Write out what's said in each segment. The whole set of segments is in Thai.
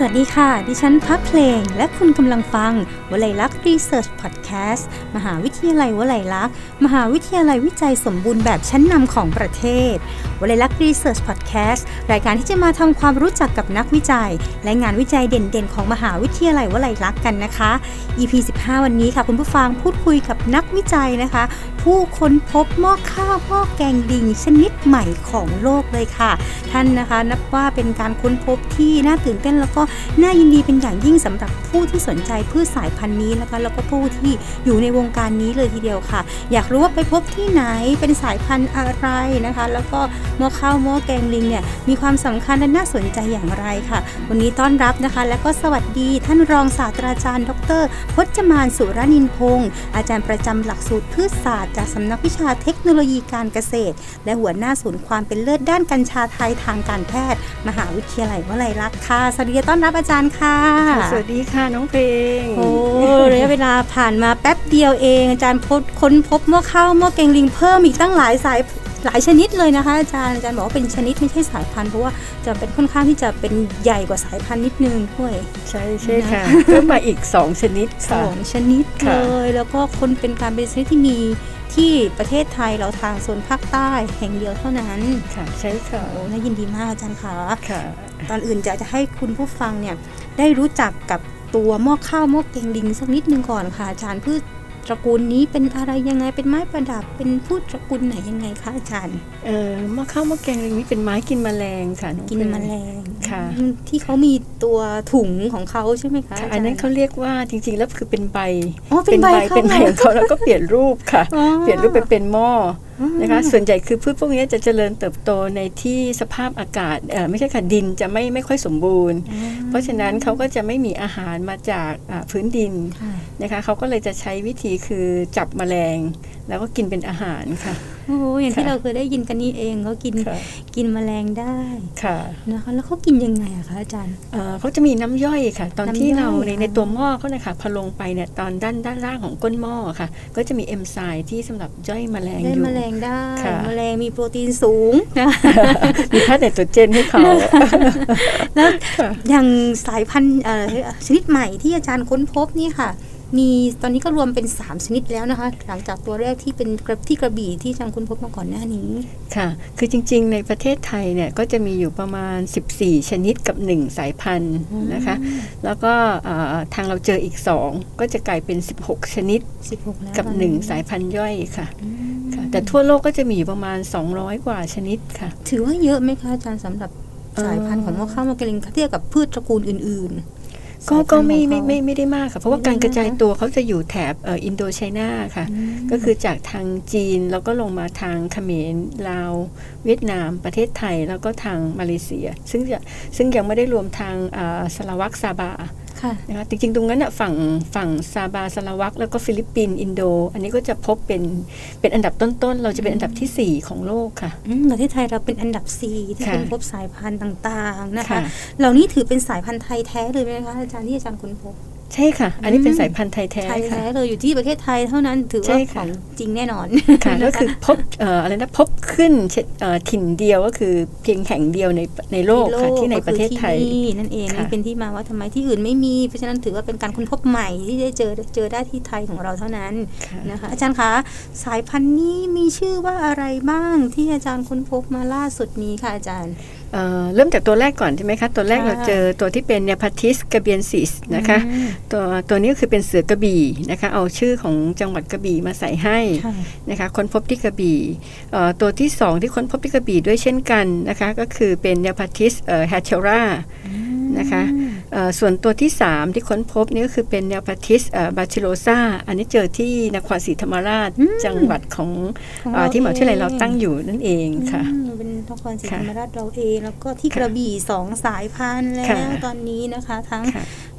วัสดีค่ะดิฉันพักเพลงและคุณกำลังฟังวลัยลักษณ์รีเสิร์ชพอดแคสต์มหาวิทยาลัยวลัยลักษณ์มหาวิทยาลัยวิจัยสมบูรณ์แบบชั้นนำของประเทศวลัยลักษณ์รีเสิร์ชพอดแคสต์รายการที่จะมาทำความรู้จักกับนักวิจัยและงานวิจัยเด่นๆของมหาวิทยาลัยวลัยลักษณ์กันนะคะ EP 15 วันนี้ค่ะคุณผู้ฟังพูดคุยกับนักวิจัยนะคะผู้ค้นพบหม้อข้าวหม้อแกงลิงชนิดใหม่ของโลกเลยค่ะท่านนะคะนับว่าเป็นการค้นพบที่น่าตื่นเต้นแล้วก็น่ายินดีเป็นอย่างยิ่งสำหรับผู้ที่สนใจพืชสายพันธุ์นี้นะคะแล้วก็ผู้ที่อยู่ในวงการนี้เลยทีเดียวค่ะอยากรู้ว่าไปพบที่ไหนเป็นสายพันธุ์อะไรนะคะแล้วก็หม้อข้าวหม้อแกงลิงเนี่ยมีความสำคัญและน่าสนใจอย่างไรค่ะวันนี้ต้อนรับนะคะและก็สวัสดีท่านรองศาสตราจารย์ดร.พจมานสุรนินทร์พงศ์อาจารย์ประจำหลักสูตรพืชศาสตร์จากสำนักวิชาเทคโนโลยีการเกษตรและหัวหน้าศูนย์ความเป็นเลิศด้านกัญชาไทยทางการแพทย์มหาวิทยาลัยวลัยลักษณ์ค่ะสวัสดีต้อนรับอาจารย์ค่ะสวัสดีค่ะน้องเพลงโอ้ระยะเวลาผ่านมาแป๊บเดียวเองอาจารย์ค้นพบหม้อข้าวหม้อแกงลิงเพิ่มอีกตั้งหลายชนิดเลยนะคะอาจารย์บอกว่าเป็นชนิดไม่ใช่สายพันธุ์เพราะว่าจะเป็นค่อนข้างที่จะเป็นใหญ่กว่าสายพันธุ์นิดนึงด้วยใช่ค่ะเพิ่มมาอีก2ชนิดค่ะ 2ชนิดเลยแล้วก็เป็นชนิดที่มีที่ประเทศไทยเราทางโซนภาคใต้แห่งเดียวเท่านั้นค่ะใช่ค่ะโอ้น่ายินดีมากอาจารย์ค่ะค่ะตอนอื่นจะให้คุณผู้ฟังเนี่ยได้รู้จักกับตัวหม้อข้าวหม้อแกงลิงสักนิดนึงก่อนค่ะอาจารย์พืชตระกูลนี้เป็นอะไรยังไงเป็นไม้ประดับเป็นพืชตระกูลไหนยังไงคะอาจารย์หม้อข้าวหม้อแกงลิงนี่เป็นไม้กินแมลงค่ะกินแมลงค่ะที่เขามีตัวถุงของเขาใช่ไหมคะอันนั้นเขาเรียกว่าจริงๆแล้วคือเป็นใบเป็นใบของเขาแล้วก็เปลี่ยนรูปค่ะเปลี่ยนรูปไปเป็นหม้อนะคะส่วนใหญ่คือพืชพวกนี้จะเจริญเติบโตในที่สภาพอากาศไม่ใช่ค่ะดินจะไม่ค่อยสมบูรณ์เพราะฉะนั้นเขาก็จะไม่มีอาหารมาจากพื้นดินนะคะเขาก็เลยจะใช้วิธีคือจับแมลงแล้วก็กินเป็นอาหารค่ะโอ้อย่างที่เราเคยได้ยินกันนี่เองเขากินแมลงได้ค่ะนะคะแล้วเขากินยังไงอะคะอาจารย์เขาจะมีน้ำย่อยค่ะตอนที่เราในตัวหม้อเขานะคะพอลงไปเนี่ยตอนด้านล่างของก้นหม้อค่ะก็จะมีเอนไซม์ที่สำหรับย่อยแมลงอยู่แมลงได้แมลงมีโปรตีนสูงนะมีธาตุไนโตรเจนให้เขาแล้วอย่างสายพันธุ์ชนิดใหม่ที่อาจารย์ค้นพบนี่ค่ะมีตอนนี้ก็รวมเป็น3ชนิดแล้วนะคะหลังจากตัวแรกที่เป็นที่กระบี่ที่อาจารย์ค้นพบมาก่อนหน้านี้ค่ะคือจริงๆในประเทศไทยเนี่ยก็จะมีอยู่ประมาณ14ชนิดกับ1สายพันธุ์นะคะแล้วก็ทางเราเจออีก2ก็จะกลายเป็น16ชนิดกับ1สายพันธุ์ย่อยค่ะแต่ทั่วโลกก็จะมีอยู่ประมาณ200กว่าชนิดค่ะถือว่าเยอะไหมคะอาจารย์สำหรับสายพันธุ์ของหม้อข้าวหม้อแกงลิงเทียบกับพืชตระกูลอื่นๆก็ไม่ได้มากค่ะเพราะว่าการกระจายตัวเขาจะอยู่แถบอินโดไชน่าค่ะก็คือจากทางจีนแล้วก็ลงมาทางเขมรลาวเวียดนามประเทศไทยแล้วก็ทางมาเลเซียซึ่งยังไม่ได้รวมทางสลาวักซาบานะคะจริงๆตรงนั้นฝั่งซาบาสลาวักแล้วก็ฟิลิปปินส์อินโดอันนี้ก็จะพบเป็นอันดับต้นๆเราจะเป็นอันดับที่4ของโลกค่ะประเทศไทยเราเป็นอันดับ4ที่ค้นพบสายพันธุ์ต่างๆนะคะเหล่านี้ถือเป็นสายพันธุ์ไทยแท้เลยไหมคะอาจารย์ที่อาจารย์ค้นพบใช่ค่ะอันนี้เป็นสายพันธุ์ไทยแท้ค่ะเลยอยู่ที่ประเทศไทยเท่านั้นถือว่าของจริงแน่นอนค่ะก็คือพบพบขึ้นถิ่นเดียวก็คือเพียงแห่งเดียวในโลกค่ะที่ในประเทศไทยนั่นเองนี่เป็นที่มาว่าทำไมที่อื่นไม่มีเพราะฉะนั้นถือว่าเป็นการค้นพบใหม่ที่ได้เจอได้ที่ไทยของเราเท่านั้นนะคะอาจารย์คะสายพันธุ์นี้มีชื่อว่าอะไรบ้างที่อาจารย์ค้นพบมาล่าสุดนี้ค่ะอาจารย์เริ่มจากตัวแรกก่อนใช่ไหมคะตัวแรกเราเจอตัวที่เป็นเนพาทิสกาเบียนซิสนะคะตัวนี้ก็คือเป็นเสือกระบี่นะคะเอาชื่อของจังหวัดกระบี่มาใส่ให้นะคะค้นพบที่กระบี่ตัวที่2ที่ค้นพบที่กระบี่ด้วยเช่นกันนะคะก็คือเป็นเนพาทิสแฮเชรานะคะส่วนตัวที่3ที่ค้นพบนี่ก็คือเป็นเนพาทิสบาชิโลซาอันนี้เจอที่นครศรีธรรมราชจังหวัดของที่มหาวิทยาลัยเราตั้งอยู่นั่นเองค่ะเป็นนครศรีธรรมราชเราเองแล้วก็ที่กระบี่2สายพันธุ์แล้วตอนนี้นะคะทั้ง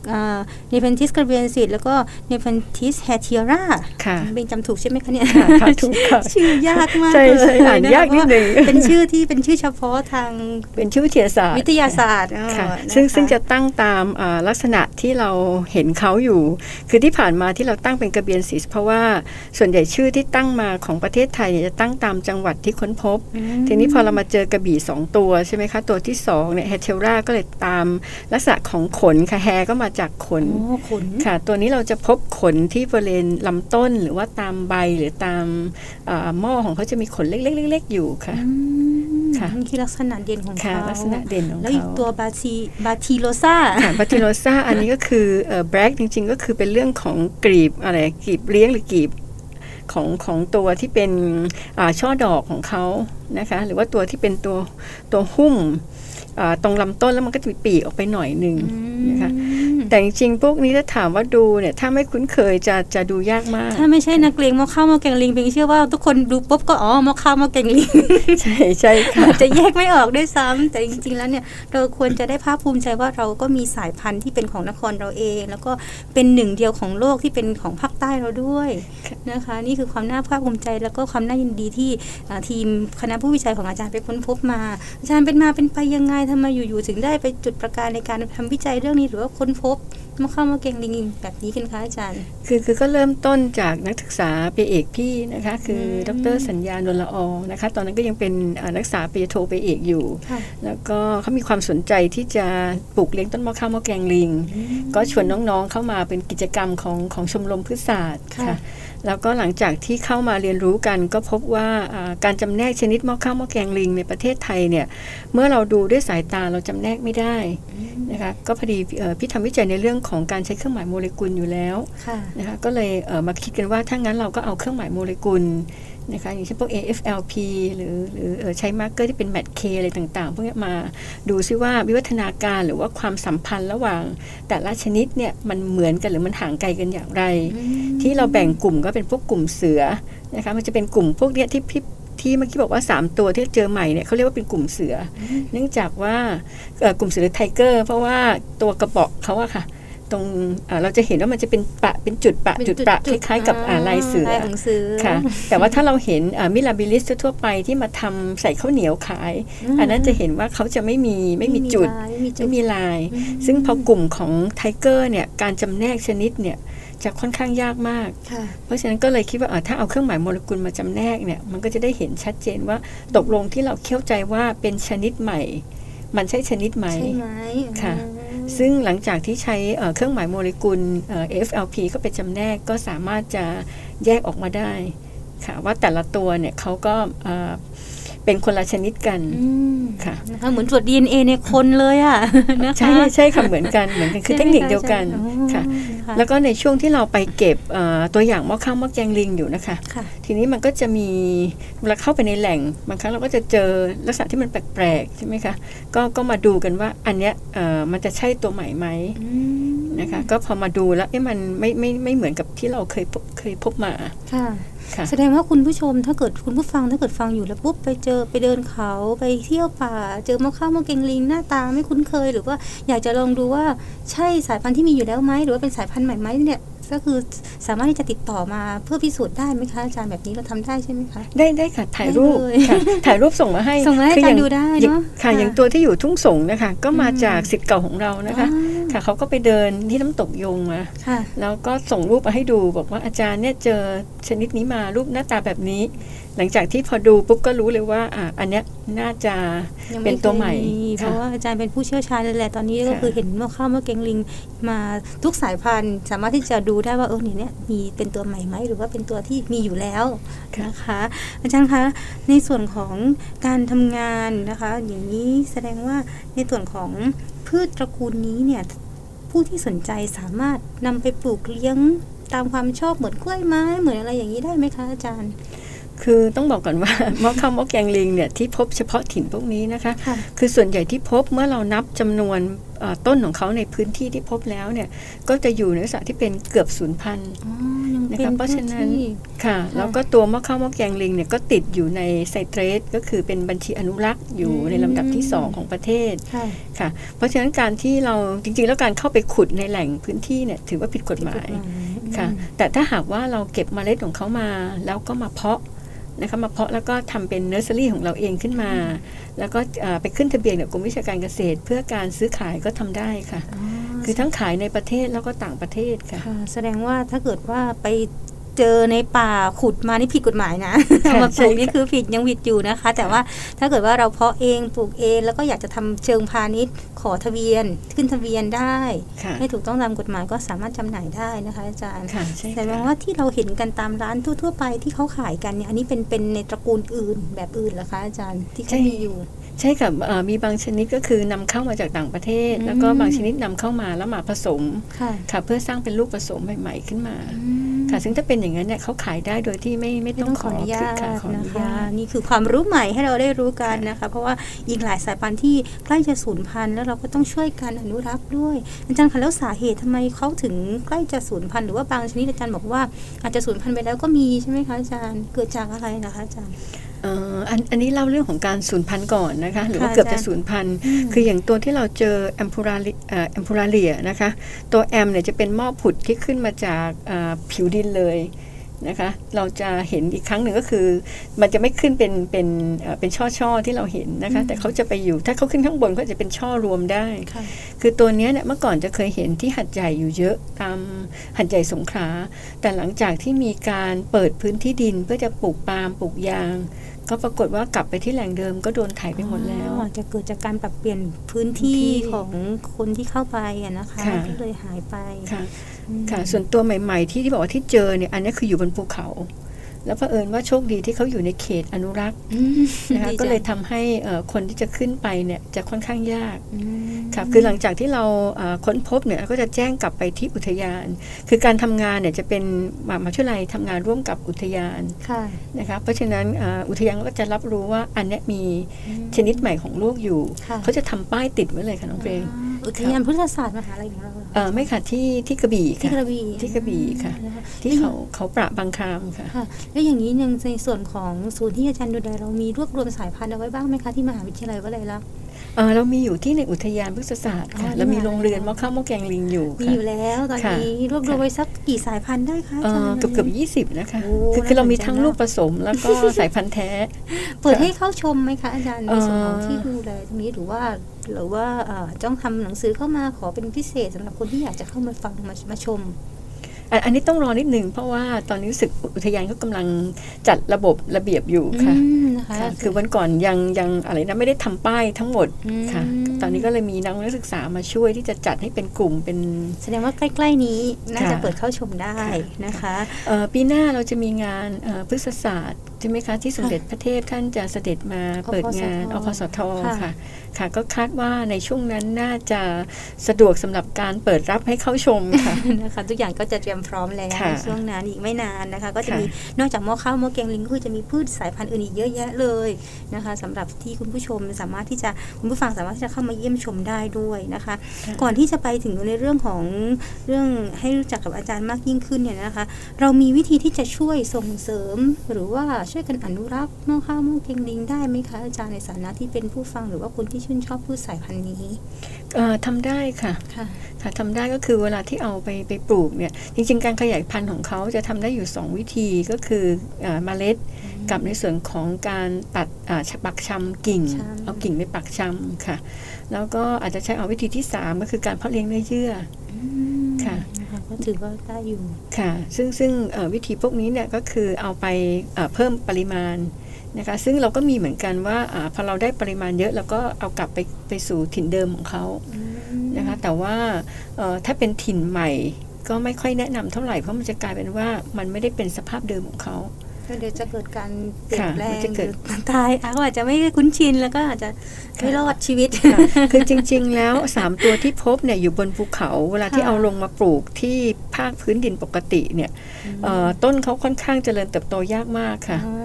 เนเฟนทิสกราเบียนซิสแล้วก็เนเฟนทิสแฮเทียร่าเป็นจำถูกใช่ไหมคะเนี่ยถูกค่ะชื่อยากมากเลยใช่อ่านยากนิดนึงเป็นชื่อที่เป็นชื่อเฉพาะทางเป็นชื่อวิทยาศาสตร์ค่ะซึ่งจะตั้งตามลักษณะที่เราเห็นเขาอยู่คือที่ผ่านมาที่เราตั้งเป็นกระเบียนซิสเพราะว่าส่วนใหญ่ชื่อที่ตั้งมาของประเทศไทยจะตั้งตามจังหวัดที่ค้นพบทีนี้พอเรามาเจอกระบี่2ตัวใช่ไหมคะตัวที่2เนี่ยแฮเทลราก็เลยตามลักษณะของขนค่ะแฮก็มาจากขนค่ะตัวนี้เราจะพบขนที่บริเวณลำต้นหรือว่าตามใบหรือตามหม้อของเขาจะมีขนเล็กๆอยู่ค่ะค่ะนี่คือลักษณะเด่นของเขาลักษณะเด่นของเขาแล้วอีกตัวบาทีโรซ่าบาทีโรซ่าอันนี้ก็คือแบล็กจริงๆก็คือเป็นเรื่องของกลีบอะไรกลีบเลี้ยงหรือกลีบของตัวที่เป็นช่อดอกของเขานะคะหรือว่าตัวที่เป็นตัวหุ้มตรงลำต้นแล้วมันก็จะมีปีกออกไปหน่อยนึงนะคะแต่จริงๆพวกนี้ถ้าถามว่าดูเนี่ยถ้าไม่คุ้นเคยจะดูยากมากถ้าไม่ใช่นักเลงมอข้าวมอแกงลิงเป็นเชื่อว่าทุกคนดูปุ๊บก็มอข้าวมอแกงลิงใช่ค่ะจะแยกไม่ออกด้วยซ้ำแต่จริงๆแล้วเนี่ยเราควรจะได้ภาคภูมิใจว่าเราก็มีสายพันธุ์ที่เป็นของนครเราเองแล้วก็เป็นหนึ่งเดียวของโลกที่เป็นของภาคใต้เราด้วยนะคะนี่คือความน่าภาคภูมิใจแล้วก็ความน่ายินดีที่ทีมคณะผู้วิจัยของอาจารย์ไปค้นพบมาอาจารย์เป็นมาเป็นไปยังไงทำไมอยู่ๆถึงได้ไปจุดประกายในการทำวิจัยเรื่องนี้หรือว่าค้นพบมะข้าวมะแกงลิงแบบนี้กันคะอาจารย์คือก็เริ่มต้นจากนักศึกษาปีเอกพี่นะคะคือดร.สัญญานนท์ละอองนะคะตอนนั้นก็ยังเป็นนักศึกษาปริญญาโทปีเอกอยู่แล้วก็เขามีความสนใจที่จะปลูกเลี้ยงต้นมะข้าวมะแกงลิงก็ชวนน้องๆเข้ามาเป็นกิจกรรมของชมรมพืชศาสตร์ค่ะแล้วก็หลังจากที่เข้ามาเรียนรู้กันก็พบว่าการจำแนกชนิดมะข้าวมะแกงลิงในประเทศไทยเนี่ยเมื่อเราดูด้วยสายตาเราจำแนกไม่ได้นะคะก็พอดีพี่ทำวิจัยในเรื่องของการใช้เครื่องหมายโมเลกุลอยู่แล้วนะคะก็เลยมาคิดกันว่าถ้างั้นเราก็เอาเครื่องหมายโมเลกุลนะคะอย่างเช่นพวก AFLP หรือใช้มาร์กเกอร์ที่เป็น MATK อะไรต่างๆพวกนี้มาดูซิว่าวิวัฒนาการหรือว่าความสัมพันธ์ระหว่างแต่ละชนิดเนี่ยมันเหมือนกันหรือมันห่างไกลกันอย่างไรที่เราแบ่งกลุ่มก็เป็นพวกกลุ่มเสือนะคะมันจะเป็นกลุ่มพวกเนี้ยที่เมื่อกี้บอกว่า3ตัวที่เจอใหม่เนี่ยเขาเรียกว่าเป็นกลุ่มเสือเนื่องจากว่ากลุ่มเสือไทเกอร์เพราะว่าตัวกระบอกเขาอะค่ะตรงเราจะเห็นว่ามันจะเป็นจุดประคล้ายๆกับลายเสือค่ะแต่ว่าถ้าเราเห็นมิลาบิลิสทั่วไปที่มาทำใส่ข้าวเหนียวขายอันนั้นจะเห็นว่าเขาจะไม่มีจุดไม่มีลายซึ่งพอกลุ่มของไทเกอร์เนี่ยการจำแนกชนิดเนี่ยจะค่อนข้างยากมากเพราะฉะนั้นก็เลยคิดว่าถ้าเอาเครื่องหมายโมเลกุลมาจำแนกเนี่ยมันก็จะได้เห็นชัดเจนว่าตกลงที่เราเข้าใจว่าเป็นชนิดใหม่มันใช่ชนิดไหมค่ะซึ่งหลังจากที่ใช้เครื่องหมายโมเลกุล AFLP ก็ไปจำแนกก็สามารถจะแยกออกมาได้ค่ะว่าแต่ละตัวเนี่ยเขาก็เป็นคนละชนิดกันค่ะนะคะเหมือนตรวจ DNA ในคนเลยอ่ะนะคะใช่ค่ะเหมือนกันคือเทคนิคเดียวกันค่ะแล้วก็ในช่วงที่เราไปเก็บตัวอย่างมะข้าวมะแกงลิงอยู่นะคะทีนี้มันก็จะมีเวลาเข้าไปในแหล่งบางครั้งเราก็จะเจอลักษณะที่มันแปลกๆใช่ไหมคะก็มาดูกันว่าอันเนี้ยมันจะใช่ตัวใหม่ไหมนะคะก็พอมาดูแล้วมันไม่เหมือนกับที่เราเคยพบมาแสดงว่าคุณผู้ชมถ้าเกิดคุณผู้ฟังถ้าเกิดฟังอยู่แล้วปุ๊บไปเดินเขาไปเที่ยวป่าเจอมะข้าวมะแกงลิงหน้าตาไม่คุ้นเคยหรือว่าอยากจะลองดูว่าใช่สายพันธุ์ที่มีอยู่แล้วไหมหรือว่าเป็นสายพันธุ์ใหม่ไหมเนี่ยก็คือสามารถที่จะติดต่อมาเพื่อพิสูจน์ได้ไหมคะอาจารย์แบบนี้เราทำได้ใช่ไหมคะได้ค่ะถ่ายรูปส่งมาให้อาจารย์ดูได้เนาะค่ะอย่างตัวที่อยู่ทุ่งสงนะคะก็มาจากศิษย์เก่าของเรานะคะค่ะเขาก็ไปเดินที่น้ำตกยงมาแล้วก็ส่งรูปมาให้ดูบอกว่าอาจารย์เนี่ยเจอชนิดนี้มารูปหน้าตาแบบนี้หลังจากที่พอดูปุ๊บก็รู้เลยว่าอันเนี้ยน่าจะเป็นตัวใหม่เพราะว่าอาจารย์เป็นผู้เชี่ยวชาญเลยแหละตอนนี้ก็คือเห็นมะข้าวมะแกงลิงมาทุกสายพันธุ์สามารถที่จะดูได้ว่าเนี่ยมีเป็นตัวใหม่ไหมหรือว่าเป็นตัวที่มีอยู่แล้วนะคะอาจารย์คะในส่วนของการทำงานนะคะอย่างนี้แสดงว่าในส่วนของพืชตระกูลนี้เนี่ยผู้ที่สนใจสามารถนำไปปลูกเลี้ยงตามความชอบเหมือนกล้วยไม้เหมือนอะไรอย่างนี้ได้ไหมคะอาจารย์คือต้องบอกก่อนว่า หม้อข้าวหม้อแกงลิงเนี่ยที่พบเฉพาะถิ่นพวกนี้นะคะคือส่วนใหญ่ที่พบเมื่อเรานับจำนวนต้นของเขาในพื้นที่ที่พบแล้วเนี่ยก็จะอยู่ในลักษณะที่เป็นเกือบสูญพันธุ์นะคะเพราะฉะนั้นค่ะแล้วก็ตัวหม้อข้าวหม้อแกงลิงเนี่ยก็ติดอยู่ในไซเตรสก็คือเป็นบัญชีอนุรักษ์อยู่ในลำดับที่2ของประเทศค่ะเพราะฉะนั้นการที่เราจริงๆแล้วการเข้าไปขุดในแหล่งพื้นที่เนี่ยถือว่าผิดกฎหมายค่ะแต่ถ้าหากว่าเราเก็บเมล็ดของเขามาแล้วก็มาเพาะนะคะมาเพาะแล้วก็ทำเป็นเนอร์เซอรี่ของเราเองขึ้นมาแล้วก็ไปขึ้นทะเบียนกับกรมวิชาการเกษตรเพื่อการซื้อขายก็ทำได้ค่ะคือทั้งขายในประเทศแล้วก็ต่างประเทศค่ะแสดงว่าถ้าเกิดว่าไปเจอในป่าขุดมานี่ผิดกฎหมายนะมาปลูกนี่คือผิดยังผิดอยู่นะคะแต่ว่าถ้าเกิดว่าเราเพาะเองปลูกเองแล้วก็อยากจะทำเชิงพาณิชย์ขอทะเบียนขึ้นทะเบียนได้ให้ถูกต้องตามกฎหมายก็สามารถจำหน่ายได้นะคะอาจารย์แต่ว่าที่เราเห็นกันตามร้านทั่วๆไปที่เขาขายกันเนี่ยอันนี้เป็นในตระกูลอื่นแบบอื่นเหรอคะอาจารย์ที่เขามีอยู่ใช่ค่ะมีบางชนิดก็คือนำเข้ามาจากต่างประเทศแล้วก็บางชนิดนำเข้ามาแล้วมาผสมค่ะเพื่อสร้างเป็นลูกผสมใหม่ๆขึ้นมาค่ะซึ่งถ้าเป็นอย่างนั้นเนี่ยเขาขายได้โดยที่ไม่ต้องขออนุญาตนะคะนี่คือความรู้ใหม่ให้เราได้รู้กันนะคะเพราะว่าอีกหลายสายพันธุ์ที่ใกล้จะสูญพันธุ์แล้วเราก็ต้องช่วยกันอนุรักษ์ด้วยอาจารย์คะแล้วสาเหตุทำไมเขาถึงใกล้จะสูญพันธุ์หรือว่าบางชนิดอาจารย์บอกว่าอาจจะสูญพันธุ์ไปแล้วก็มีใช่ไหมคะอาจารย์เกิดจากอะไรนะคะอาจารย์อันนี้เล่าเรื่องของการสูญพันธุ์ก่อนนะคะหรือว่าเกือบจะสูญพันธุ์คืออย่างตัวที่เราเจอแอมพูราเลียนะคะตัวแอมเนี่ยจะเป็นหม้อผุดที่ขึ้นมาจากผิวดินเลยนะคะเราจะเห็นอีกครั้งหนึ่งก็คือมันจะไม่ขึ้นเป็นช่อที่เราเห็นนะคะแต่เขาจะไปอยู่ถ้าเขาขึ้นข้างบนก็จะเป็นช่อรวมได้คือตัวนี้เนี่ยเมื่อก่อนจะเคยเห็นที่หัดใหญ่อยู่เยอะตามหัดใหญ่สงขลาแต่หลังจากที่มีการเปิดพื้นที่ดินเพื่อจะปลูกปาล์มปลูกยางก็ปรากฏว่ากลับไปที่แหล่งเดิมก็โดนไถไปหมดแล้วจะเกิดจากการปรับเปลี่ยนพื้นที่ของคนที่เข้าไปนะคะก็เลยหายไปค่ะส่วนตัวใหม่ๆที่บอกว่าที่เจอเนี่ยอันนี้คืออยู่บนภูเขาแล้วเผอิญว่าโชคดีที่เขาอยู่ในเขตอนุรักษ์นะคะก็เลยทำให้คนที่จะขึ้นไปเนี่ยจะค่อนข้างยากค่ะคือหลังจากที่เราค้นพบเนี่ยก็จะแจ้งกลับไปที่อุทยานคือการทำงานเนี่ยจะเป็นมหาวิทยาลัยทำงานร่วมกับอุทยานนะคะเพราะฉะนั้นอุทยานก็จะรับรู้ว่าอันนี้มีชนิดใหม่ของโลกอยู่เขาจะทำป้ายติดไว้เลยค่ะน้องเพลงอุทยานพุทธศาสตร์มหาวิทยาลัยของเราไม่ค่ะที่กระบี่ค่ะที่กระบี่ค่ะที่เขาประบางครามค่ะแล้วอย่างนี้ในส่วนของศูนย์ที่อาจารย์ดูแลเรามีรวบรวมสายพันธุ์เอาไว้บ้างไหมคะที่มหาวิทยาลัยวลัยลักษณ์เรามีอยู่ที่ในอุทยานพฤกษศาสตร์ค่ะแล้วมีโรงเรือนหม้อข้าวหม้อแกงลิงอยู่มีอยู่แล้วตอนนี้รวบรวมไว้สักกี่สายพันธุ์ได้คะอาจารย์เกือบ20นะคะคือเรามีทั้งลูกผสมแล้วก็สายพันธุ์แท้เปิดให้เข้าชมไหมคะอาจารย์ในส่วนของที่ดูแลตรงนี้หรือว่าต้องทำหนังสือเข้ามาขอเป็นพิเศษสำหรับคนที่อยากจะเข้ามาฟังมาชมอันนี้ต้องรอนิดนึงเพราะว่าตอนนี้รู้สึกอุทยานเขากำลังจัดระบบระเบียบอยู่ค่ะคือวันก่อนยังอะไรนะไม่ได้ทำป้ายทั้งหมดค่ะตอนนี้ก็เลยมีนักศึกษามาช่วยที่จะจัดให้เป็นกลุ่มเป็นแสดงว่าใกล้ๆนี้น่าจะเปิดเข้าชมได้นะคะปีหน้าเราจะมีงานพฤกษศาสตร์ใช่ไหมคะที่สมเด็จพระเทพท่านจะเสด็จมาเปิดงานอพสทค่ะก็คาดว่าในช่วงนั้นน่าจะสะดวกสำหรับการเปิดรับให้เข้าชมค่ะนะคะทุกอย่างก็จะเตรียมพร้อมแล้วในช่วงนั้นอีกไม่นานนะคะก็จะมีนอกจากหม้อข้าวหม้อแกงลิงก็คือจะมีพืชสายพันธุ์อื่นอีกเยอะแยะเลยนะคะสำหรับที่คุณผู้ชมสามารถที่จะคุณผู้ฟังสามารถที่จะเข้ามาเยี่ยมชมได้ด้วยนะคะก่อนที่จะไปถึงในเรื่องของเรื่องให้รู้จักกับอาจารย์มากยิ่งขึ้นเนี่ยนะคะเรามีวิธีที่จะช่วยส่งเสริมหรือว่าช่วยกันอนุรักษ์หม้อข้าวหม้อแกงลิงได้ไหมคะอาจารย์ในฐานะที่เป็นผู้ฟังหรือว่าคนที่ชื่นชอบพืชสายพันธุ์นี้ทำได้ค่ะทำได้ก็คือเวลาที่เอาไปปลูกเนี่ยจริงๆการขยายพันธุ์ของเขาจะทำได้อยู่2วิธีก็คือเมล็ดกับในส่วนของการตัดปักชำกิ่งเอากิ่งไปปักชำค่ะแล้วก็อาจจะใช้เอาวิธีที่3ก็คือการเพาะเลี้ยงเนื้อเยื่อค่ะก็ถือว่าได้อยู่ค่ะซึ่งวิธีพวกนี้เนี่ยก็คือเอาไปเพิ่มปริมาณนะคะซึ่งเราก็มีเหมือนกันว่าพอเราได้ปริมาณเยอะเราก็เอากลับไปสู่ถิ่นเดิมของเขานะคะแต่ว่าถ้าเป็นถิ่นใหม่ก็ไม่ค่อยแนะนำเท่าไหร่เพราะมันจะกลายเป็นว่ามันไม่ได้เป็นสภาพเดิมของเขาเดี๋ยวจะเกิดการเปลี่ยนแปลงตายก็อาจจะไม่คุ้นชินแล้วก็อาจจะไม่รอดชีวิตคือจริงๆแล้ว3ตัวที่พบเนี่ยอยู่บนภูเขาเวลาที่เอาลงมาปลูกที่ภาคพื้นดินปกติเนี่ยต้นเขาค่อนข้างเจริญเติบโตยากมากค่ะ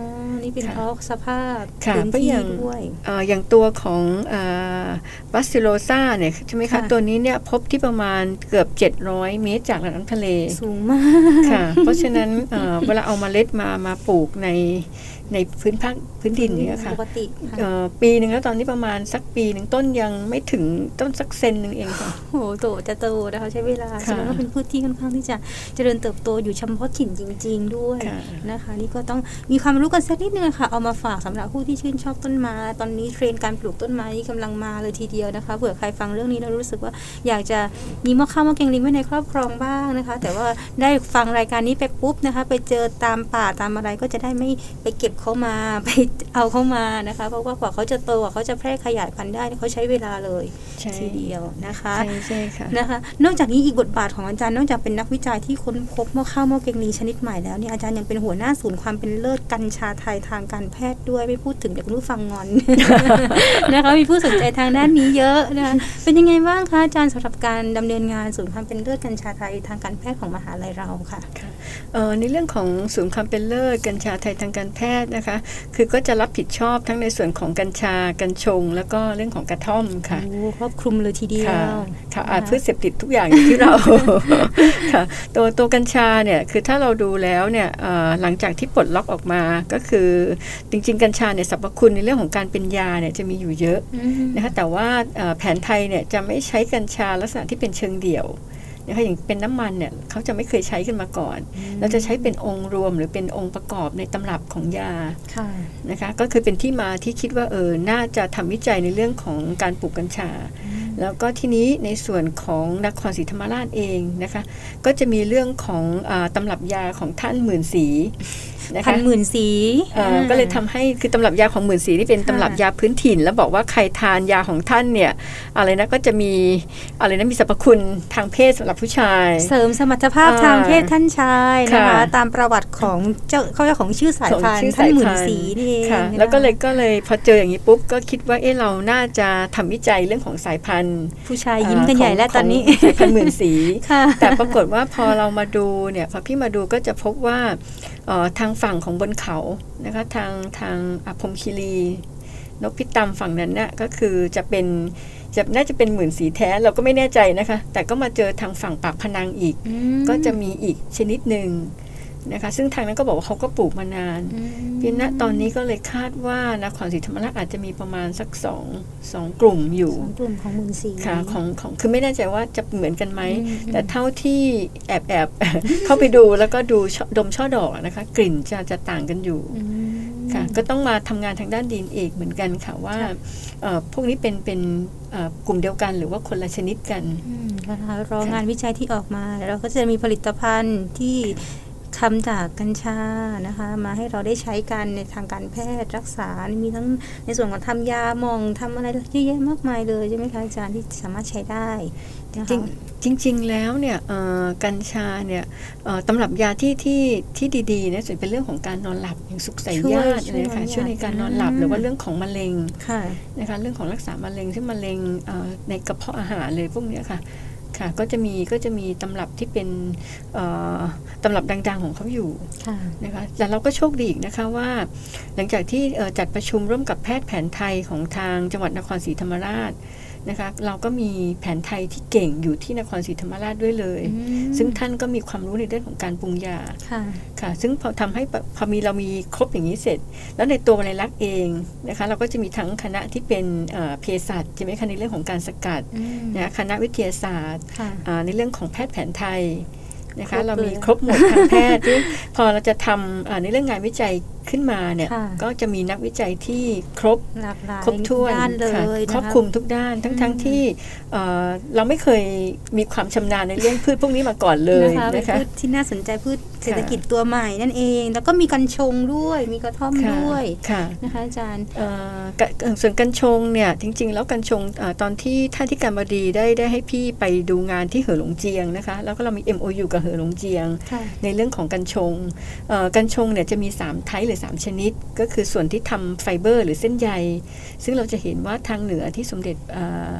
นี่เป็นเพราะสภาพพื้นที่ด้วยอย่างตัวของบัสซิโลซาเนี่ยใช่ไหมคะตัวนี้เนี่ยพบที่ประมาณเกือบ700 เมตรจากระดับน้ำทะเลสูงมากค่ะเพราะฉะนั้นเวลาเอาเมล็ดมาปลูกในพื้นดินเนี่ยค่ะปีหนึ่งแล้วตอนนี้ประมาณสักปีหนึ่งต้นยังไม่ถึงต้นสักเซนหนึ่งเองค่ะโอ้โตจะโตนะคะใช้เวลาแสดงว่าเป็นพืชที่ค่อนข้างที่จะเจริญเติบโตอยู่เฉพาะถิ่นจริงๆด้วยนะคะนี่ก็ต้องมีความรู้กันสักนิดนึงค่ะเอามาฝากสำหรับผู้ที่ชื่นชอบต้นไม้ตอนนี้เทรนด์การปลูกต้นไม้นี่กำลังมาเลยทีเดียวนะคะเผื่อใครฟังเรื่องนี้แล้วรู้สึกว่าอยากจะมีมะข่า มะแกงลิงไว้ในครอบครองบ้างนะคะแต่ว่าได้ฟังรายการนี้ไปปุ๊บนะคะไปเจอตามป่าตามอะไรก็จะได้ไม่ไปเก็บเขามาไปเอาเข้ามานะคะเพราะว่ากว่าเขาจะโตกว่าเขาจะแพร่ขยายพันธุ์ได้เขาใช้เวลาเลยทีเดียวนะคะใช่ค่ะนะคะนอกจากนี้อีกบทบาทของอาจารย์นอกจากเป็นนักวิจัยที่ค้นพบมะข่ามะแกงลิงชนิดใหม่แล้วเนี่ยอาจารย์ยังเป็นหัวหน้าศูนย์ความเป็นเลิศกัญชาไทยทางการแพทย์ด้วยไม่พูดถึงเดี๋ยวคุณผู้ฟังงอน นะคะมีผู้สนใจทางด้านนี้เยอะนะคะเป็นยังไงบ้างคะอาจารย์สำหรับการดำเนินงานศูนย์ความเป็นเลิศกัญชาไทยทางการแพทย์ของมหาลัยเราค่ะในเรื่องของศูนย์ความเป็นเลิศกัญชาไทยทางการแพทย์นะคะคือก็จะรับผิดชอบทั้งในส่วนของกัญชากัญชงแล้วก็เรื่องของกระท่อมค่ะครอบคลุมเลยทีเดียวค่ะพืชเสพติดทุกอย่างอยู่ที่เราค่ะตัวกัญชาเนี่ยคือถ้าเราดูแล้วเนี่ยหลังจากที่ปลดล็อกออกมาก็คือจริงๆกัญชาเนี่ยสรรพคุณในเรื่องของการเป็นยาเนี่ยจะมีอยู่เยอะนะคะแต่ว่าแผนไทยเนี่ยจะไม่ใช้กัญชาลักษณะที่เป็นเชิงเดี่ยวนะคะอย่างเป็นน้ำมันเนี่ยเขาจะไม่เคยใช้กันมาก่อนเราจะใช้เป็นองค์รวมหรือเป็นองค์ประกอบในตำรับของยานะคะก็คือเป็นที่มาที่คิดว่าน่าจะทำวิจัยในเรื่องของการปลูกกัญชาแล้วก็ทีนี้ในส่วนของนครศรีธรรมราชเองนะคะก็จะมีเรื่องของตำรับยาของท่านหมื่นศรีพันหมื่นสีก็เลยทำให้คือตำรับยาของหมื่นสีนี่เป็นตำรับยาพื้นถิ่นแล้วบอกว่าใครทานยาของท่านเนี่ยอะไรนะก็จะมีอะไรนะมีสรรพคุณทางเพศสำหรับผู้ชายเสริมสมรรถภาพทางเพศท่านชายนะคะตามประวัติของเจ้าเขาเรียกของชื่อสายพันธุ์ท่านหมื่นสีนี่เองแล้วก็เลยพอเจออย่างนี้ปุ๊บก็คิดว่าเราน่าจะทำวิจัยเรื่องของสายพันธุ์ผู้ชายยิ้มกันใหญ่แล้วตอนนี้สายพันธุ์หมื่นสีแต่ปรากฏว่าพอเรามาดูเนี่ยพอพี่มาดูก็จะพบว่าทางฝั่งของบนเขานะคะทางพรหมคีรีนกพิตำฝั่งนั้นเนี่ยก็คือน่าจะเป็นหมื่นสีแท้เราก็ไม่แน่ใจนะคะแต่ก็มาเจอทางฝั่งปากพนังอีกก็จะมีอีกชนิดหนึ่งนะคะซึ่งทางนั้นก็บอกว่าเขาก็ปลูกมานานเพียงณตอนนี้ก็เลยคาดว่านครศรีธรรมราชอาจจะมีประมาณสักสองกลุ่มอยู่กลุ่มของหมื่นสีค่ะของคือไม่แน่ใจว่าจะเหมือนกันไหมแต่เท่าที่แอบเข้าไปดูแล้วก็ดูดมช่อดอกนะคะกลิ่นจะต่างกันอยู่ค่ะก็ต้องมาทำงานทางด้านดีเอ็นเอเหมือนกันค่ะว่าพวกนี้เป็นกลุ่มเดียวกันหรือว่าคนละชนิดกันนะคะรองานวิจัยที่ออกมาเราก็จะมีผลิตภัณฑ์ที่ทำจากกัญชานะคะมาให้เราได้ใช้กันในทางการแพทย์รักษามีทั้งในส่วนของทำยาหม่องทำอะไรเยอะแยะมากมายเลยใช่ไหมคะอาจารย์ที่สามารถใช้ได้จริงแล้วเนี่ยกัญชาเนี่ยตำรับยาที่ดีๆนะส่วนเป็นเรื่องของการนอนหลับอย่างสุขใสญาตินะคะช่วยในการนอนหลับหรือว่าเรื่องของมะเร็งนะคะเรื่องของรักษามะเร็งซึ่งมะเร็งในกระเพาะอาหารเลยพวกนี้ค่ะก็จะมีตำรับที่เป็นตำรับดังๆของเขาอยู่นะคะแต่เราก็โชคดีอีกนะคะว่าหลังจากที่จัดประชุมร่วมกับแพทย์แผนไทยของทางจังหวัดนครศรีธรรมราชนะคะเราก็มีแผนไทยที่เก่งอยู่ที่นครศรีธรรมราชด้วยเลยซึ่งท่านก็มีความรู้ในเรื่องของการปรุงยาค่ะซึ่งพอทำให้พอเรามีครบอย่างนี้เสร็จแล้วในตัววลัยลักษณ์เองนะคะเราก็จะมีทั้งคณะที่เป็นเภสัชใช่ไหมคะในเรื่องของการสกัดนะคณะวิทยาศาสตร์ในเรื่องของแพทย์แผนไทยนะคะเรามีครบหมดทางแพทย์ที่พอเราจะทำในเรื่องงานวิจัยขึ้นมาเนี่ยก็จะมีนักวิจัยที่ครบถ้วนครอบคลุมทุกด้านทั้งที่เราไม่เคยมีความชำนาญในเรื่องพืชพวกนี้มาก่อนเลยนะคะพืชที่น่าสนใจพืชเศรษฐกิจตัวใหม่นั่นเองแล้วก็มีกัญชงด้วยมีกระท่อมด้วยนะคะอาจารย์ส่วนกัญชงเนี่ยจริงๆแล้วกัญชงตอนที่ท่านที่การบดีได้ให้พี่ไปดูงานที่เหอหลงเจียงนะคะแล้วก็เรามี MOU กับเหอหลงเจียงในเรื่องของกัญชงเนี่ยจะมี3ไทป์หรือ3ชนิดก็คือส่วนที่ทำไฟเบอร์หรือเส้นใยซึ่งเราจะเห็นว่าทางเหนือที่สมเด็จ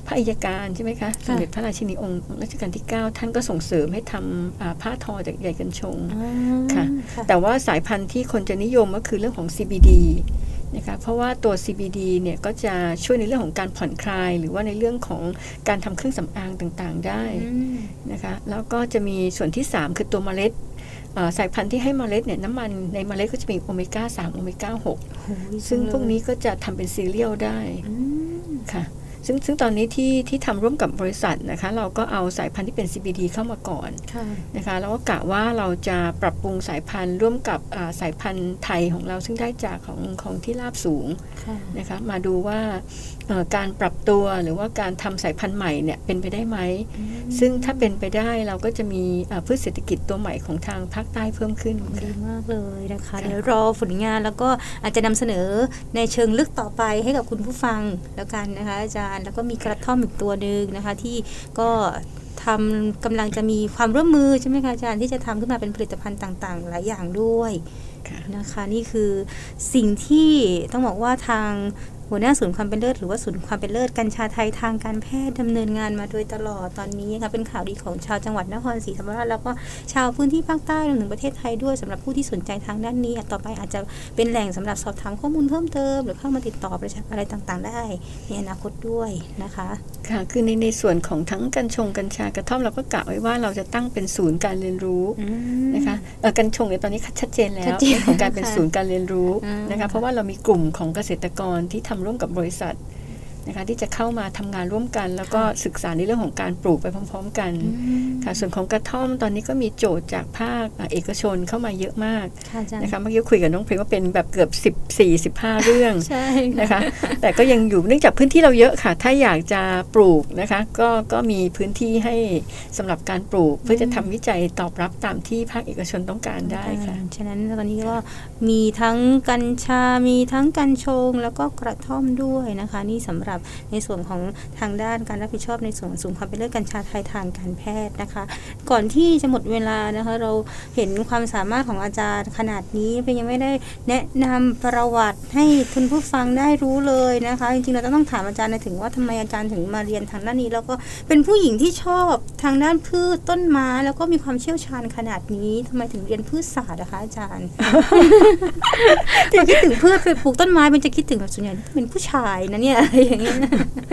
พระอัยการใช่ไหมคะสมเด็จพระราชินีองค์รัชกาลที่9ท่านก็ส่งเสริมให้ทำผ้าทอจากใยกัญชงค่ะแต่ว่าสายพันธุ์ที่คนจะนิยมก็คือเรื่องของ CBD นะคะเพราะว่าตัว CBD เนี่ยก็จะช่วยในเรื่องของการผ่อนคลายหรือว่าในเรื่องของการทำเครื่องสำอางต่างๆได้นะคะแล้วก็จะมีส่วนที่3คือตัวเมล็ดสายพันธุ์ที่ให้เมล็ดเนี่ยน้ำมันในเมล็ดก็จะมีโอเมก้า3โอเมก้า6ซึ่งพวกนี้ก็จะทำเป็นซีเรียลได้ค่ะซึ่งตอนนี้ที่ทำร่วมกับบริษัทนะคะเราก็เอาสายพันธุ์ที่เป็น CBD เข้ามาก่อนนะคะแล้วก็กะว่าเราจะปรับปรุงสายพันธุ์ร่วมกับสายพันธุ์ไทยของเราซึ่งได้จากของที่ราบสูงนะคะมาดูว่าการปรับตัวหรือว่าการทำสายพันธุ์ใหม่เนี่ยเป็นไปได้ไหมซึ่งถ้าเป็นไปได้เราก็จะมีพืชเศรษฐกิจตัวใหม่ของทางภาคใต้เพิ่มขึ้นดีมากเลยนะคะเดี๋ยวรอผลงานแล้วก็อาจจะนำเสนอในเชิงลึกต่อไปให้กับคุณผู้ฟังแล้วกันนะคะอาจารย์แล้วก็มีกระท่อมอีกตัวนึงนะคะที่ก็กำลังจะมีความร่วมมือใช่ไหมคะอาจารย์ที่จะทำขึ้นมาเป็นผลิตภัณฑ์ต่างๆหลายอย่างด้วยนะคะนี่คือสิ่งที่ต้องบอกว่าทางหัวหน้าศูนย์ความเป็นเลิศหรือว่าศูนย์ความเป็นเลิศกัญชาไทยทางการแพทย์ดำเนินงานมาโดยตลอดตอนนี้ค่ะเป็นข่าวดีของชาวจังหวัดนครศรีธรรมราชแล้วก็ชาวพื้นที่ภาคใต้รวมถึงประเทศไทยด้วยสำหรับผู้ที่สนใจทางด้านนี้ต่อไปอาจจะเป็นแหล่งสำหรับสอบถามข้อมูลเพิ่มเติมหรือเข้ามาติดต่อประชาอะไรต่างๆได้ในอนาคตด้วยนะคะค่ะคือในส่วนของทั้งกัญชากระท่อมเราก็กะไว้ว่าเราจะตั้งเป็นศูนย์การเรียนรู้นะคะกัญชงในตอนนี้ชัดเจนแล้วของการเป็นศูนย์การเรียนรู้นะคะเพราะว่าเรามีกลุ่มของเกษตรกรที่ทำร่วมกับบริษัทนะคะที่จะเข้ามาทำงานร่วมกันแล้วก็ศึกษาในเรื่องของการปลูกไปพร้อมๆกันค่ะส่วนของกระท่อมตอนนี้ก็มีโจทย์จากภาคเอกชนเข้ามาเยอะมากนะคะเมื่อกี้คุยกับน้องเพลงว่าเป็นแบบเกือบ14-15 เรื่องนะคะแต่ก็ยังอยู่เนื่องจากพื้นที่เราเยอะค่ะถ้าอยากจะปลูกนะคะก็มีพื้นที่ให้สำหรับการปลูกเพื่อจะทำวิจัยตอบรับตามที่ภาคเอกชนต้องการได้ค่ะฉะนั้นตอนนี้ก็มีทั้งกัญชามีทั้งกัญชงแล้วก็กระท่อมด้วยนะคะนี่สำหรับในส่วนของทางด้านการรับผิดชอบในส่วนศูนย์ความเป็นเลิศกัญชาไทยทางการแพทย์นะคะก่อนที่จะหมดเวลานะคะเราเห็นความสามารถของอาจารย์ขนาดนี้เป็นยังไม่ได้แนะนำประวัติให้คุณผู้ฟังได้รู้เลยนะคะจริงๆเราต้องถามอาจารย์ถึงว่าทำไมอาจารย์ถึงมาเรียนทางด้านนี้แล้วก็เป็นผู้หญิงที่ชอบทางด้านพืชต้นไม้แล้วก็มีความเชี่ยวชาญขนาดนี้ทำไมถึงเรียนพืชศาสตร์นะคะอาจารย์ พอคิดถึงพืชไปปลูกต้นไม้มันจะคิดถึงแบบส่วนใหญ่เป็นผู้ชายนะเนี่ยอะไรอย่างเงี้ย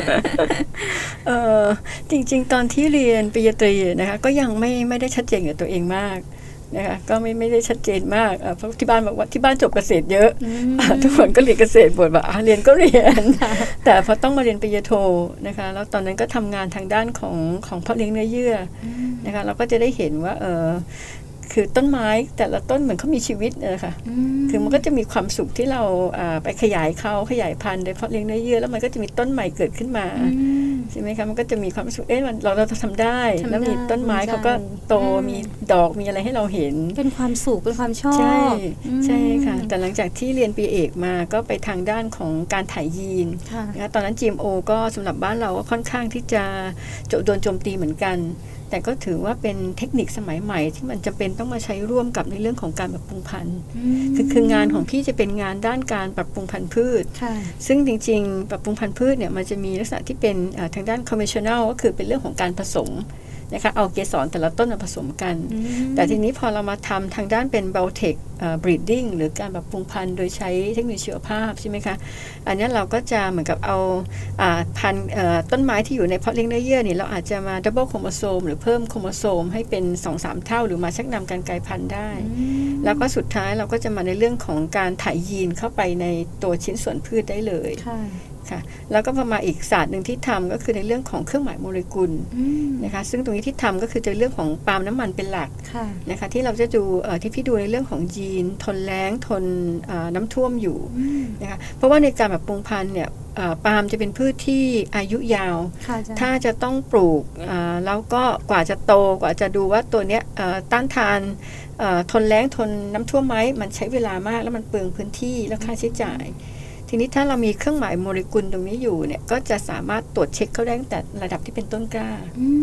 จริงๆตอนที่เรียนปริญญาตรีนะคะก็ยังไม่ได้ชัดเจนกับตัวเองมากนะคะก็ไม่ได้ชัดเจนมากเพราะที่บ้านบอกว่าที่บ้านจบเกษตรเยอะทุกคนก็เรียนเกษตรบ่นว่าเรียนก็เรียนแต่พอต้องมาเรียนปริญญาโทนะคะแล้วตอนนั้นก็ทำงานทางด้านของเพาะเลี้ยงเนื้อเยื่อนะคะเราก็จะได้เห็นว่าคือต้นไม้แต่ละต้นเหมือนเขามีชีวิตนะคะคือมันก็จะมีความสุขที่เราไปขยายพันธุ์โดยเพาะเลี้ยงเนื้อเยื่อแล้วมันก็จะมีต้นใหม่เกิดขึ้นมาใช่ไหมคะมันก็จะมีความสุขเราทำได้แล้วมีต้นไม้เขาก็โตมีดอกมีอะไรให้เราเห็นเป็นความสุขเป็นความชอบใช่ค่ะแต่หลังจากที่เรียนปริญญาเอกมาก็ไปทางด้านของการถ่ายยีนตอนนั้น GMO ก็สำหรับบ้านเราก็ค่อนข้างที่จะโดนโจมตีเหมือนกันแต่ก็ถือว่าเป็นเทคนิคสมัยใหม่ที่มันจะเป็นต้องมาใช้ร่วมกับในเรื่องของการปรับปรุงพันธุ์คืองานของพี่จะเป็นงานด้านการปรับปรุงพันธุ์พืชซึ่งจริงๆปรับปรุงพันธุ์พืชเนี่ยมันจะมีลักษณะที่เป็นทางด้าน conventional ก็คือเป็นเรื่องของการผสมนะคะเอาเกสรแต่ละต้นมาผสมกันแต่ทีนี้พอเรามาทำทางด้านเป็น biotech breeding หรือการปรับปรุงพันธุ์โดยใช้เทคโนโลยีชีวภาพใช่ไหมคะอันนี้เราก็จะเหมือนกับเอาพันธุ์ต้นไม้ที่อยู่ในเพาะเลี้ยงเนื้อเยื่อเนี่ยเราอาจจะมา double chromosome หรือเพิ่มโครโมโซมให้เป็น 2-3 เท่าหรือมาชักนำการกลายพันธุ์ได้แล้วก็สุดท้ายเราก็จะมาในเรื่องของการถ่ายยีนเข้าไปในตัวชิ้นส่วนพืชได้เลยแล้วก็มาอีกศาสตร์หนึ่งที่ทำก็คือในเรื่องของเครื่องหมายโมเลกุลนะคะซึ่งตรงนี้ที่ทำก็คือในเรื่องของปาล์มน้ำมันเป็นหลักนะคะที่เราจะดูที่พี่ดูในเรื่องของยีนทนแล้งทนน้ำท่วมอยู่นะคะเพราะว่าในการแบบปรุงพันธุ์เนี่ยปาล์มจะเป็นพืชที่อายุยาวถ้าจะต้องปลูกแล้วก็กว่าจะโตกว่าจะดูว่าตัวเนี้ยต้านทานทนแล้งทนน้ำท่วมไหมมันใช้เวลามากแล้วมันเปลืองพื้นที่และค่าใช้จ่ายทีนี้ถ้าเรามีเครื่องหมายโมเลกุลตรงนี้อยู่เนี่ยก็จะสามารถตรวจเช็คเขาได้ตั้งแต่ระดับที่เป็นต้นกล้า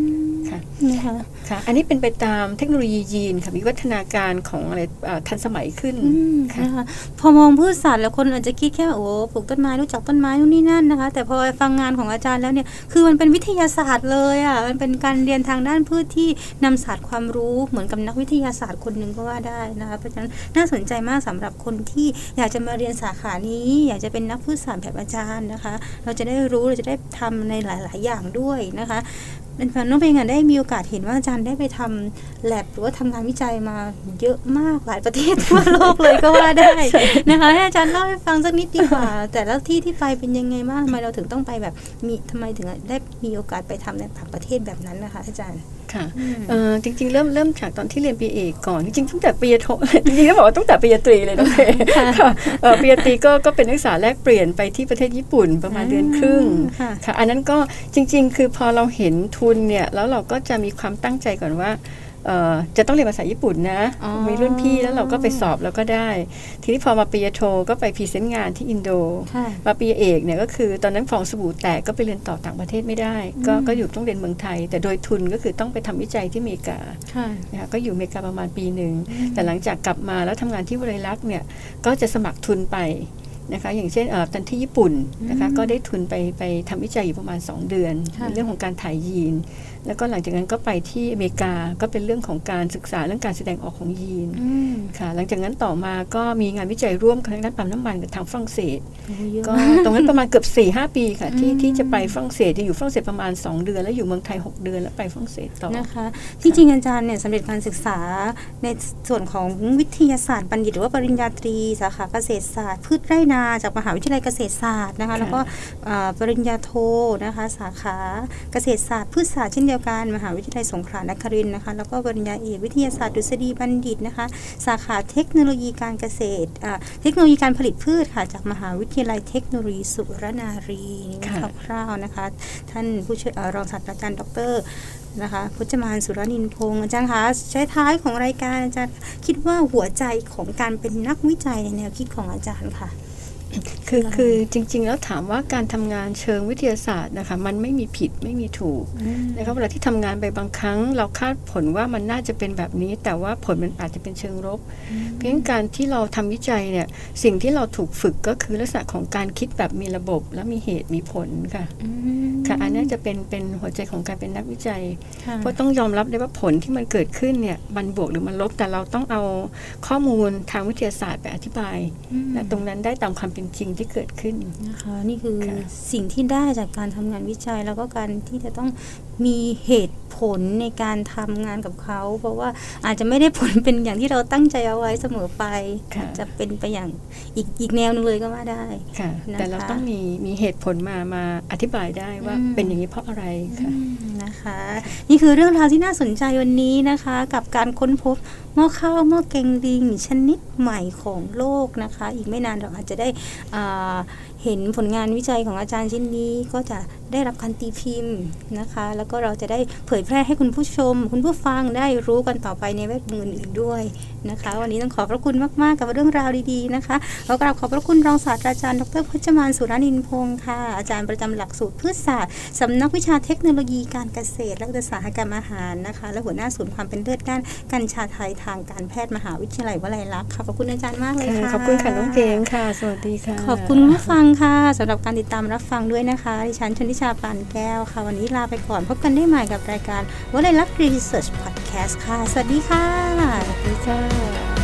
ค่ะนะคะค่ะอันนี้เป็นไปตามเทคโนโลยียีนค่ะวิวัฒนาการของอะไรทันสมัยขึ้นนะคะพอมองพืชสัตว์แล้วคนอาจจะคิดแค่โอ้ปลูกต้นไม้รู้จักต้นไม้นู่นนี่นั่นนะคะแต่พอฟังงานของอาจารย์แล้วเนี่ยคือมันเป็นวิทยาศาสตร์เลยอ่ะมันเป็นการเรียนทางด้านพืชที่นำศาสตร์ความรู้เหมือนกับนักวิทยาศาสตร์คนหนึ่งก็ว่าได้นะคะเพราะฉะนั้นน่าสนใจมากสำหรับคนที่อยากจะมาเรียนสาขานี้อยากจะเป็นนักพืชศาสตร์แบบอาจารย์นะคะเราจะได้รู้เราจะได้ทำในหลายๆอย่างด้วยนะคะเป็นน้องเพลงได้มีโอกาสเห็นว่าอาจารย์ได้ไปทำแลบหรือว่าทำงานวิจัยมาเยอะมากหลายประเทศทั่วโลกเลยก็ว่าได้นะคะให้อาจารย์เล่าให้ฟังสักนิดดีกว่าแต่ละที่ที่ไปเป็นยังไงบ้างทำไมเราถึงต้องไปแบบทำไมถึงได้มีโอกาสไปทำในต่างประเทศแบบนั้นนะคะอาจารย์ค่ะจริงๆเริ่มจากตอนที่เรียนปริญญาเอกก่อนจริงๆตั้งแต่ปริญญาโทจริงๆก็บอกว่าตั้งแต่ปริญญาตรีเลยน้องเพปริญญาตรีก็เป็นนักศึกษาแลกเปลี่ยนไปที่ประเทศญี่ปุ่นประมาณเดือนครึ่งค่ะอันนั้นก็จริงๆคือพอเราเห็นทุนเนี่ยแล้วเราก็จะมีความตั้งใจก่อนว่าจะต้องเรียนภาษาญี่ปุ่นนะมีรุ่นพี่แล้วเราก็ไปสอบแล้วก็ได้ทีนี้พอมาปริญญาโทก็ไปพรีเซนต์งานที่อินโดมาปริญญาเอกเนี่ยก็คือตอนนั้นฟองสบู่แตกก็ไปเรียนต่อต่างประเทศไม่ได้ก็อยู่ต้องเรียนเมืองไทยแต่โดยทุนก็คือต้องไปทำวิจัยที่อเมริกานะคะก็อยู่อเมริกาประมาณปีหนึ่งแต่หลังจากกลับมาแล้วทำงานที่วลัยลักษณ์เนี่ยก็จะสมัครทุนไปนะคะอย่างเช่นตอนที่ญี่ปุ่นนะคะก็ได้ทุนไปทำวิจัยอยู่ประมาณ2 เดือนในเรื่องของการถ่ายยีนแล้วก็หลังจากนั้นก็ไปที่อเมริกาก็เป็นเรื่องของการศึกษาเรื่องการแสดงออกของยีนค่ะหลังจากนั้นต่อมาก็มีงานวิจัยร่วมกับทางด้านปั๊มน้ำมันกับทางฝรั่งเศสก็ตรงนั้นประมาณเกือบ 4-5 ปีค่ะที่จะไปฝรั่งเศสจะอยู่ฝรั่งเศสประมาณ2 เดือนแล้วอยู่เมืองไทย6 เดือนแล้วไปฝรั่งเศสต่อนะคะที่จริงอาจารย์เนี่ยสำเร็จการศึกษาในส่วนของวิทยาศาสตร์บัณฑิตหรือว่าปริญญาตรีสาขาเกษตรศาสตร์พืชไร่นาจากมหาวิทยาลัยเกษตรศาสตร์นะคะแล้วก็ปริญญาโทนะคะสาขาเกษตรศาสตร์พืชศาสตร์เช่นเดียวกันมหาวิทยาลัยสงขลานครินทร์นะคะแล้วก็ปริญญาเอกวิทยาศาสตร์ดุษฎีบัณฑิตนะคะสาขาเทคโนโลยีการเกษตรเทคโนโลยีการผลิตพืชค่ะจากมหาวิทยาลัยเทคโนโลยีสุรนารีนี่คร่าวๆนะคะท่านผู้ช่วยรองศาสตราจารย์ดร.นะคะพจมานสุรนินทร์พงศ์อาจารย์คะใช้ท้ายของรายการอาจารย์คิดว่าหัวใจของการเป็นนักวิจัยในแนวคิดของอาจารย์ค่ะคือจริงๆแล้วถามว่าการทำงานเชิงวิทยาศาสตร์นะคะมันไม่มีผิดไม่มีถูกนะคะเวลาที่ทำงานไปบางครั้งเราคาดผลว่ามันน่าจะเป็นแบบนี้แต่ว่าผลมันอาจจะเป็นเชิงลบเพียงการที่เราทำวิจัยเนี่ยสิ่งที่เราถูกฝึกก็คือลักษณะของการคิดแบบมีระบบและมีเหตุมีผลค่ะค่ะอันนี้จะเป็นหัวใจของการเป็นนักวิจัยเพราะต้องยอมรับได้ว่าผลที่มันเกิดขึ้นเนี่ยมันบวกหรือมันลบแต่เราต้องเอาข้อมูลทางวิทยาศาสตร์ไปอธิบายและตรงนั้นได้ตามความเป็นจริงที่เกิดขึ้นนะคะนี่คือสิ่งที่ได้จากการทำงานวิจัยแล้วก็การที่จะต้องมีเหตุผลในการทำงานกับเขาเพราะว่าอาจจะไม่ได้ผลเป็นอย่างที่เราตั้งใจเอาไว้เสมอไปจะเป็นไปอย่างอีกแนวนึงเลยก็ว่าได้ค่ะแต่เราต้องมีเหตุผลมาอธิบายได้ว่าเป็นอย่างนี้เพราะอะไรค่ะนะคะนี่คือเรื่องราวที่น่าสนใจวันนี้นะคะกับการค้นพบหม้อข้าวหม้อแกงลิงชนิดใหม่ของโลกนะคะอีกไม่นานเราอาจจะได้เห็นผลงานวิจัยของอาจารย์ชิ้นนี้ก็จะได้รับการตีพิมพ์นะคะแล้วก็เราจะได้เผยแพร่ให้คุณผู้ชมคุณผู้ฟังได้รู้กันต่อไปในแวดวงอื่นๆด้วยนะคะวันนี้ต้องขอบพระคุณมากๆกับเรื่องราวดีๆนะคะแล้วก็ขอบพระคุณรองศาสตราจารย์ดร.พจมานสุรนินทร์พงศ์ค่ะอาจารย์ประจำหลักสูตรพืชศาสตร์สำนักวิชาเทคโนโลยีการเกษตรและอุตสาหกรรมอาหารนะคะและหัวหน้าศูนย์ความเป็นเลิศด้านกัญชาไทยทางการแพทย์มหาวิทยาลัยวลัยลักษณ์ค่ะขอบคุณอาจารย์มากเลยค่ะขอบคุณค่ะน้องเกงค่ะสวัสดีค่ะขอบคุณผู้ฟังค่ะสำหรับการติดตามรับฟังด้วยนะคะดิฉันชนทิชาปานแก้วค่ะวันนี้ลาไปก่อนพบกันได้ใหม่กับรายการวลัยลักษณ์รีเสิร์ชพอดแคสต์ค่ะสวัสดีค่ะสวัสดีค่ะ